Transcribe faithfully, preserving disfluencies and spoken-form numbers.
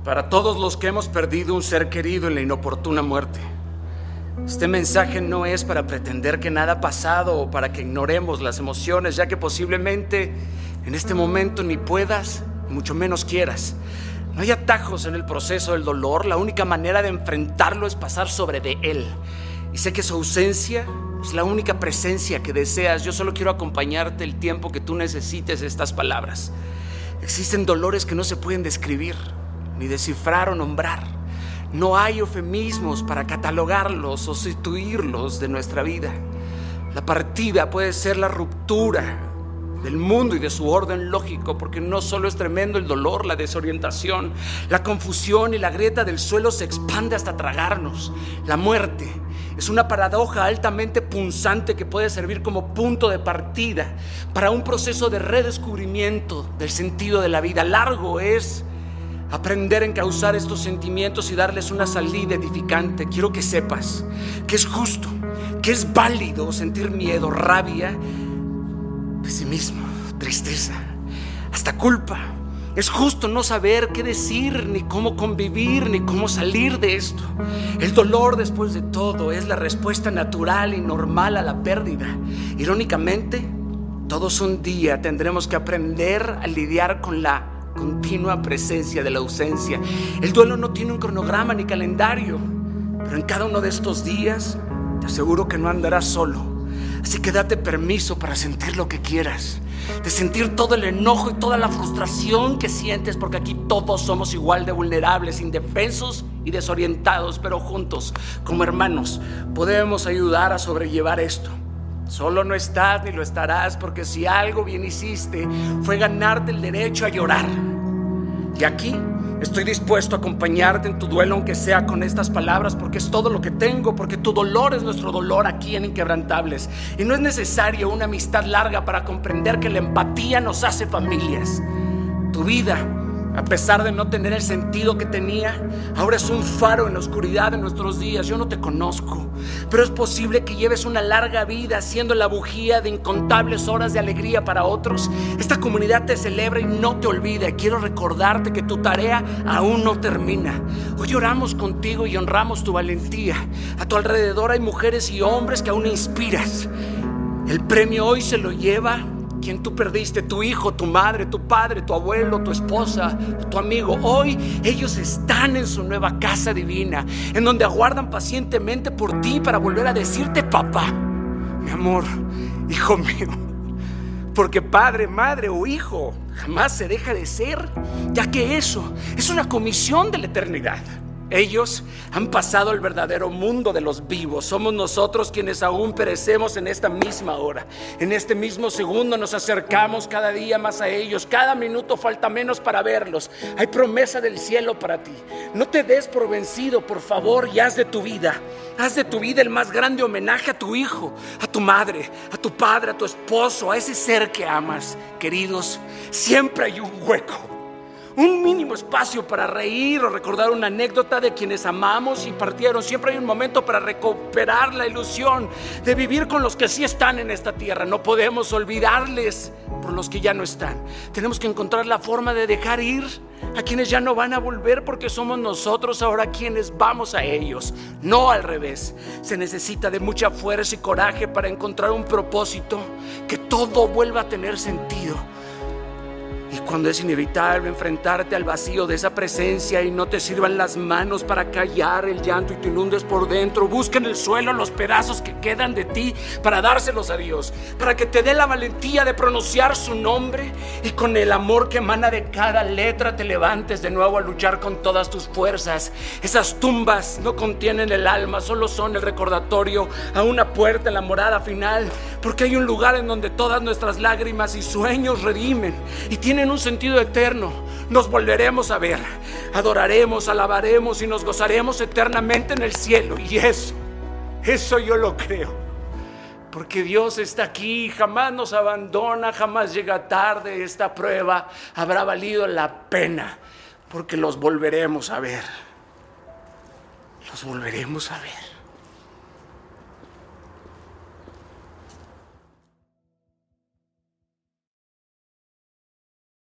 para todos los que hemos perdido un ser querido en la inoportuna muerte. Este mensaje no es para pretender que nada ha pasado o para que ignoremos las emociones, ya que posiblemente en este momento ni puedas, ni mucho menos quieras. No hay atajos en el proceso del dolor. La única manera de enfrentarlo es pasar sobre de él. Y sé que su ausencia es la única presencia que deseas. Yo solo quiero acompañarte el tiempo que tú necesites estas palabras. Existen dolores que no se pueden describir, ni descifrar o nombrar. No hay eufemismos para catalogarlos o sustituirlos de nuestra vida. La partida puede ser la ruptura del mundo y de su orden lógico, porque no solo es tremendo el dolor, la desorientación, la confusión y la grieta del suelo se expande hasta tragarnos. La muerte es una paradoja altamente punzante que puede servir como punto de partida para un proceso de redescubrimiento del sentido de la vida. Largo es aprender a encauzar estos sentimientos y darles una salida edificante. Quiero que sepas que es justo, que es válido sentir miedo, rabia, pesimismo, tristeza, hasta culpa. Es justo no saber qué decir, ni cómo convivir, ni cómo salir de esto. El dolor, después de todo, es la respuesta natural y normal a la pérdida. Irónicamente, todos un día tendremos que aprender a lidiar con la continua presencia de la ausencia. El duelo no tiene un cronograma ni calendario, pero en cada uno de estos días te aseguro que no andarás solo. Así que date permiso para sentir lo que quieras, de sentir todo el enojo y toda la frustración que sientes, porque aquí todos somos igual de vulnerables, indefensos y desorientados, pero juntos, como hermanos, podemos ayudar a sobrellevar esto. Solo no estás ni lo estarás, porque si algo bien hiciste fue ganarte el derecho a llorar. Y aquí estoy dispuesto a acompañarte en tu duelo, aunque sea con estas palabras, porque es todo lo que tengo, porque tu dolor es nuestro dolor aquí en Inquebrantables. Y no es necesario una amistad larga para comprender que la empatía nos hace familias. Tu vida, a pesar de no tener el sentido que tenía, ahora es un faro en la oscuridad de nuestros días. Yo no te conozco, pero es posible que lleves una larga vida siendo la bujía de incontables horas de alegría para otros. Esta comunidad te celebra y no te olvida. Quiero recordarte que tu tarea aún no termina. Hoy oramos contigo y honramos tu valentía. A tu alrededor hay mujeres y hombres que aún inspiras. El premio hoy se lo lleva quien tú perdiste, tu hijo, tu madre, tu padre, tu abuelo, tu esposa, tu amigo. Hoy ellos están en su nueva casa divina, en donde aguardan pacientemente por ti para volver a decirte papá, mi amor, hijo mío. Porque padre, madre o hijo jamás se deja de ser, ya que eso es una comisión de la eternidad. Ellos han pasado al verdadero mundo de los vivos. Somos nosotros quienes aún perecemos en esta misma hora. En este mismo segundo nos acercamos cada día más a ellos. Cada minuto falta menos para verlos. Hay promesa del cielo para ti. No te des por vencido, por favor, y haz de tu vida, haz de tu vida el más grande homenaje a tu hijo, a tu madre, a tu padre, a tu esposo, a ese ser que amas. Queridos, siempre hay un hueco, un mínimo espacio para reír o recordar una anécdota de quienes amamos y partieron. Siempre hay un momento para recuperar la ilusión de vivir con los que sí están en esta tierra. No podemos olvidarles por los que ya no están. Tenemos que encontrar la forma de dejar ir a quienes ya no van a volver, porque somos nosotros ahora quienes vamos a ellos, no al revés. Se necesita de mucha fuerza y coraje para encontrar un propósito, que todo vuelva a tener sentido. Y cuando es inevitable enfrentarte al vacío de esa presencia y no te sirvan las manos para callar el llanto y te inundes por dentro, busca en el suelo los pedazos que quedan de ti para dárselos a Dios, para que te dé la valentía de pronunciar su nombre y con el amor que emana de cada letra te levantes de nuevo a luchar con todas tus fuerzas. Esas tumbas no contienen el alma, solo son el recordatorio a una puerta en la morada final, porque hay un lugar en donde todas nuestras lágrimas y sueños redimen y tienen un sentido eterno. Nos volveremos a ver, adoraremos, alabaremos y nos gozaremos eternamente en el cielo. Y eso, eso yo lo creo, porque Dios está aquí, jamás nos abandona, jamás llega tarde. Esta prueba habrá valido la pena, porque los volveremos a ver, los volveremos a ver.